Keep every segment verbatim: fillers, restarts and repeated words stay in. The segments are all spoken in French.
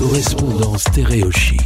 correspondant stéréochic.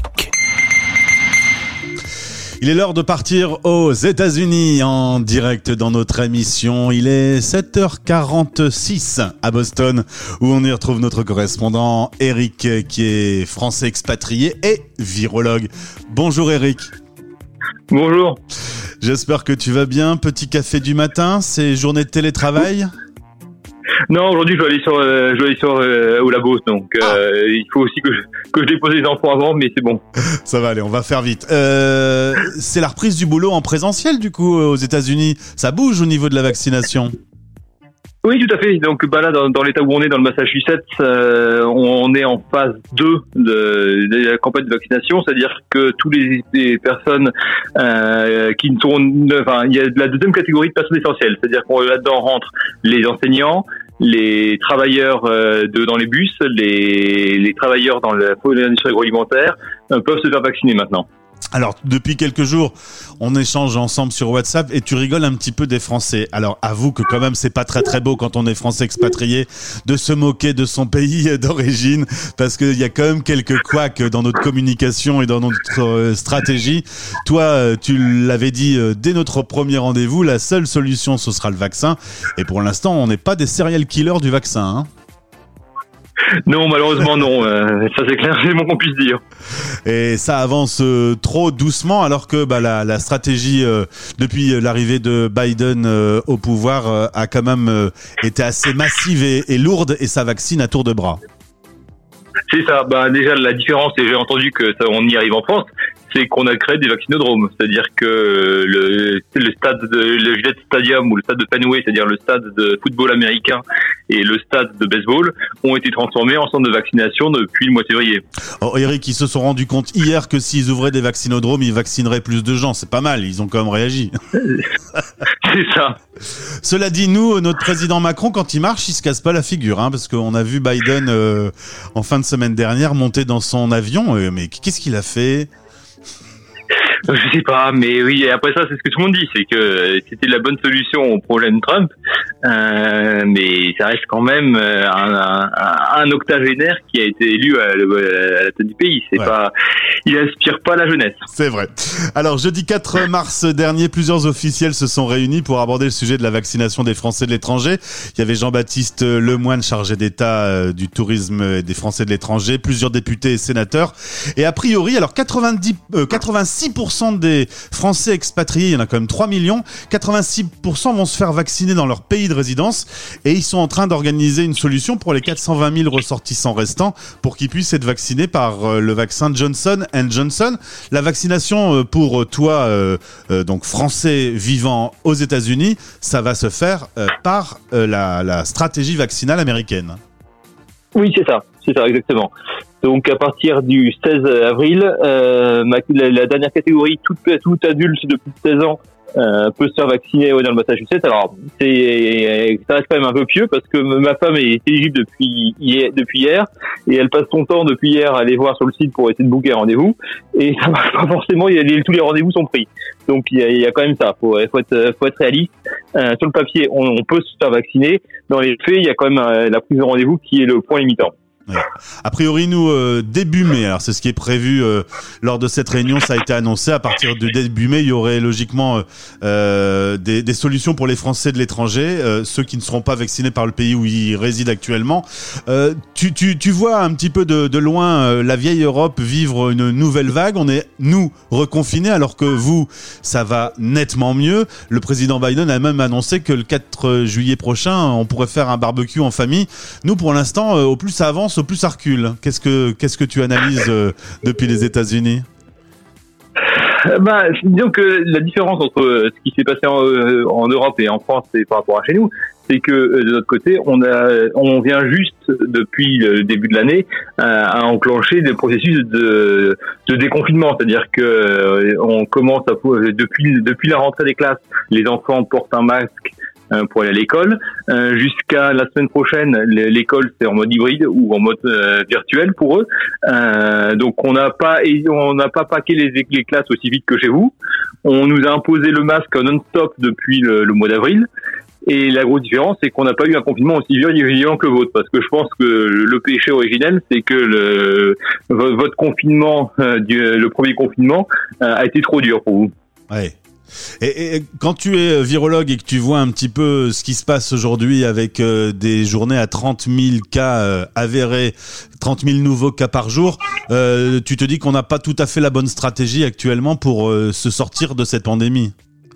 Il est l'heure de partir aux États-Unis en direct dans notre émission. Il est sept heures quarante-six à Boston où on y retrouve notre correspondant Eric qui est français expatrié et virologue. Bonjour Eric. Bonjour. J'espère que tu vas bien. Petit café du matin, c'est journée de télétravail ? Non, aujourd'hui je dois aller sur, euh, je dois aller sur euh, au labo, donc euh, ah. il faut aussi que je, que je dépose les enfants avant, mais c'est bon. Ça va aller, on va faire vite. Euh, c'est la reprise du boulot en présentiel du coup aux États-Unis. Ça bouge au niveau de la vaccination ? Oui, tout à fait. Donc bah là, dans, dans l'état où on est, dans le Massachusetts, euh, on est en phase deux de, de la campagne de vaccination, c'est-à-dire que tous les, les personnes euh, qui ne sont, enfin, il y a la deuxième catégorie de personnes essentielles, c'est-à-dire qu'on là-dedans rentre les enseignants, les travailleurs euh, de dans les bus, les, les travailleurs dans l'industrie agroalimentaire euh, peuvent se faire vacciner maintenant. Alors, depuis quelques jours, on échange ensemble sur WhatsApp et tu rigoles un petit peu des Français. Alors, avoue que quand même, c'est pas très très beau quand on est Français expatrié de se moquer de son pays d'origine parce qu'il y a quand même quelques couacs dans notre communication et dans notre stratégie. Toi, tu l'avais dit dès notre premier rendez-vous, la seule solution, ce sera le vaccin. Et pour l'instant, on n'est pas des serial killers du vaccin, hein. Non, malheureusement non, euh, ça c'est clair, c'est le moins qu'on puisse dire. Et ça avance euh, trop doucement alors que bah, la, la stratégie euh, depuis l'arrivée de Biden euh, au pouvoir euh, a quand même euh, été assez massive et, et lourde et ça vaccine à tour de bras. C'est ça, bah déjà la différence, et j'ai entendu que ça, on y arrive en France, c'est qu'on a créé des vaccinodromes, c'est-à-dire que le, le stade de le Gillette Stadium ou le stade de Fenway, c'est-à-dire le stade de football américain et le stade de baseball ont été transformés en centre de vaccination depuis le mois de février. Oh, Eric, ils se sont rendus compte hier que s'ils ouvraient des vaccinodromes, ils vaccineraient plus de gens. C'est pas mal, ils ont quand même réagi. C'est ça. Cela dit, nous, notre président Macron, quand il marche, il se casse pas la figure, hein, parce qu'on a vu Biden euh, en fin de semaine dernière monter dans son avion. Euh, mais qu'est-ce qu'il a fait ? Je sais pas, mais oui, et après ça, c'est ce que tout le monde dit, c'est que c'était la bonne solution au problème Trump, euh, mais ça reste quand même un, un, un octogénaire qui a été élu à, à la tête du pays. C'est ouais. pas, il inspire pas la jeunesse. C'est vrai. Alors, jeudi quatre mars dernier, plusieurs officiels se sont réunis pour aborder le sujet de la vaccination des Français de l'étranger. Il y avait Jean-Baptiste Lemoyne, chargé d'État du tourisme et des Français de l'étranger, plusieurs députés et sénateurs. Et a priori, alors quatre-vingt-dix, euh, quatre-vingt-six pour cent des Français expatriés, il y en a quand même trois millions, quatre-vingt-six pour cent vont se faire vacciner dans leur pays de résidence et ils sont en train d'organiser une solution pour les quatre cent vingt mille ressortissants restants pour qu'ils puissent être vaccinés par le vaccin Johnson and Johnson. La vaccination pour toi, euh, euh, donc français vivant aux États-Unis, ça va se faire euh, par euh, la, la stratégie vaccinale américaine. Oui, c'est ça, c'est ça, exactement. Donc, à partir du seize avril, euh, la, la dernière catégorie, tout, tout adulte de plus de seize ans euh, peut se faire vacciner dans le Massachusetts. Alors, c'est, ça reste quand même un peu pieux parce que ma femme est éligible depuis hier, depuis hier et elle passe son temps depuis hier à aller voir sur le site pour essayer de booker un rendez-vous et ça marche pas forcément. Il y a les, tous les rendez-vous sont pris. Donc, il y a, il y a quand même ça. Faut, faut être, faut être réaliste. Euh, sur le papier, on, on peut se faire vacciner. Dans les faits, il y a quand même euh, la prise de rendez-vous qui est le point limitant. Ouais. A priori, nous, euh, début mai, alors c'est ce qui est prévu euh, lors de cette réunion, ça a été annoncé, à partir du début mai, il y aurait logiquement euh, des, des solutions pour les Français de l'étranger, euh, ceux qui ne seront pas vaccinés par le pays où ils résident actuellement. Euh, tu, tu, tu vois un petit peu de, de loin euh, la vieille Europe vivre une nouvelle vague, on est, nous, reconfinés, alors que vous, ça va nettement mieux. Le président Biden a même annoncé que le quatre juillet prochain, on pourrait faire un barbecue en famille. Nous, pour l'instant, euh, au plus ça avance, au plus ça recule. Qu'est-ce que, qu'est-ce que tu analyses euh, depuis les États-Unis ? Bah, disons que la différence entre ce qui s'est passé en, en Europe et en France et par rapport à chez nous, c'est que de notre côté, on a, on vient juste depuis le début de l'année à, à enclencher des processus de, de déconfinement, c'est-à-dire que on commence à, depuis depuis la rentrée des classes, les enfants portent un masque. euh, pour aller à l'école. Euh, jusqu'à la semaine prochaine, l'école c'est en mode hybride ou en mode euh, virtuel pour eux. Euh, donc on n'a pas on n'a pas paqué les, les classes aussi vite que chez vous. On nous a imposé le masque non-stop depuis le, le mois d'avril. Et la grosse différence, c'est qu'on n'a pas eu un confinement aussi violent que le vôtre, parce que je pense que le péché originel, c'est que le, votre confinement, euh, du, le premier confinement, euh, a été trop dur pour vous. Ouais. Et, et quand tu es virologue et que tu vois un petit peu ce qui se passe aujourd'hui avec euh, des journées à trente mille cas euh, avérés, trente mille nouveaux cas par jour, euh, tu te dis qu'on n'a pas tout à fait la bonne stratégie actuellement pour euh, se sortir de cette pandémie?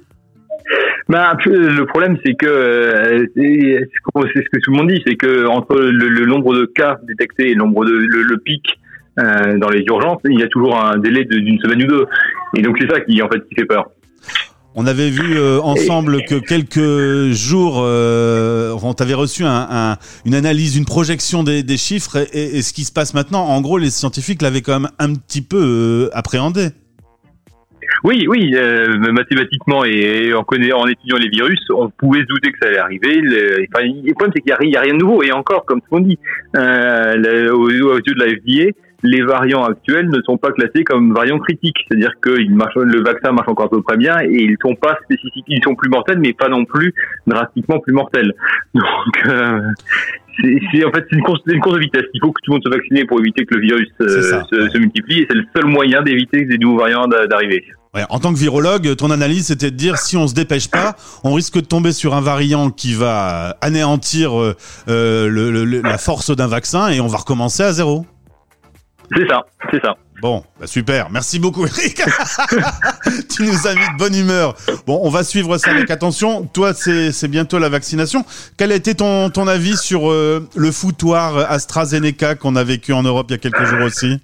Bah, le problème, c'est que euh, c'est, c'est ce que tout le monde dit, c'est que entre le, le nombre de cas détectés et le nombre de le, le pic euh, dans les urgences, il y a toujours un délai de, d'une semaine ou deux. Et donc c'est ça qui en fait qui fait peur. On avait vu euh, ensemble que quelques jours, euh, on t'avait reçu un, un, une analyse, une projection des, des chiffres et, et, et ce qui se passe maintenant. En gros, les scientifiques l'avaient quand même un petit peu euh, appréhendé. Oui, oui, euh, mathématiquement et en, connaît, en étudiant les virus, on pouvait se douter que ça allait arriver. Le, enfin, le problème, c'est qu'il n'y a, a rien de nouveau. Et encore, comme tout le monde dit, euh, le, aux, aux yeux de la F D A, les variants actuels ne sont pas classés comme variants critiques. C'est-à-dire que ils marchent, le vaccin marche encore à peu près bien et ils sont pas spécifiques. Ils sont plus mortels, mais pas non plus drastiquement plus mortels. Donc, euh, c'est, c'est en fait c'est une course, c'est une course de vitesse. Il faut que tout le monde se vaccine pour éviter que le virus euh, ça, se, ouais. se multiplie. Et c'est le seul moyen d'éviter des nouveaux variants d'arriver. Ouais, en tant que virologue, ton analyse, c'était de dire si on se dépêche pas, on risque de tomber sur un variant qui va anéantir euh, le, le, la force d'un vaccin et on va recommencer à zéro. C'est ça, c'est ça. Bon, bah super. Merci beaucoup, Eric. Tu nous as mis de bonne humeur. Bon, on va suivre ça avec attention. Toi, c'est, c'est bientôt la vaccination. Quel a été ton, ton avis sur euh, le foutoir AstraZeneca qu'on a vécu en Europe il y a quelques jours aussi?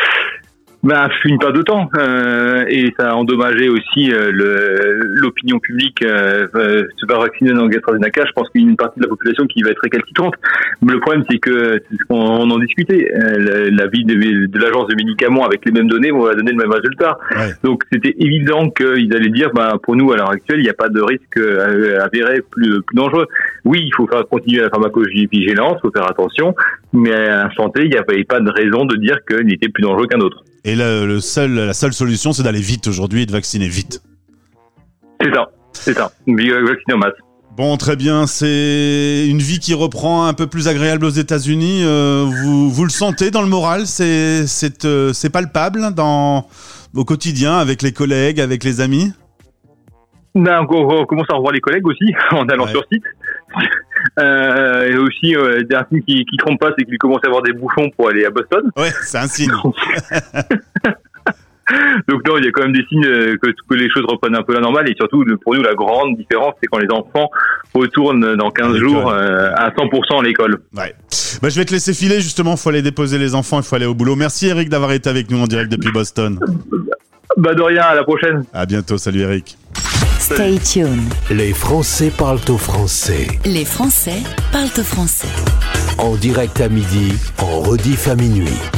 Ben, une perte de temps euh, et ça a endommagé aussi euh, le, l'opinion publique. Euh, euh, se faire vacciner dans AstraZeneca, je pense qu'il y a une partie de la population qui va être récalcitrante. Mais le problème, c'est que c'est ce qu'on on en discutait. Euh, l'avis de, de l'agence de médicaments avec les mêmes données va donner le même résultat. Ouais. Donc, c'était évident qu'ils allaient dire, ben, pour nous, à l'heure actuelle, il n'y a pas de risque euh, avéré plus, plus dangereux. Oui, il faut faire continuer la pharmacovigilance, il faut faire attention, mais à l'instant T, il n'y avait pas de raison de dire qu'il était plus dangereux qu'un autre. Et le, le seul, la seule solution, c'est d'aller vite aujourd'hui et de vacciner vite. C'est ça, c'est ça. Vacciner en masse. Bon, très bien. C'est une vie qui reprend un peu plus agréable aux États-Unis. Euh, vous, vous le sentez dans le moral? C'est, c'est, euh, c'est palpable dans au quotidien avec les collègues, avec les amis? Ben, on, on commence à revoir les collègues aussi en allant ouais. sur site. Euh, et aussi, euh, un signe qui, qui trompe pas, c'est qu'il commence à avoir des bouchons pour aller à Boston. Ouais, c'est un signe. Donc non, il y a quand même des signes que, que les choses reprennent un peu la normale et surtout, pour nous, la grande différence, c'est quand les enfants retournent dans quinze jours euh, à cent pour cent à l'école. Ouais. Bah, je vais te laisser filer, justement, il faut aller déposer les enfants, il faut aller au boulot. Merci Eric d'avoir été avec nous en direct depuis Boston. Bah de rien, à la prochaine. À bientôt, salut Eric. Stay tuned. Les Français parlent au français. Les Français parlent au français. En direct à midi, en rediff à minuit.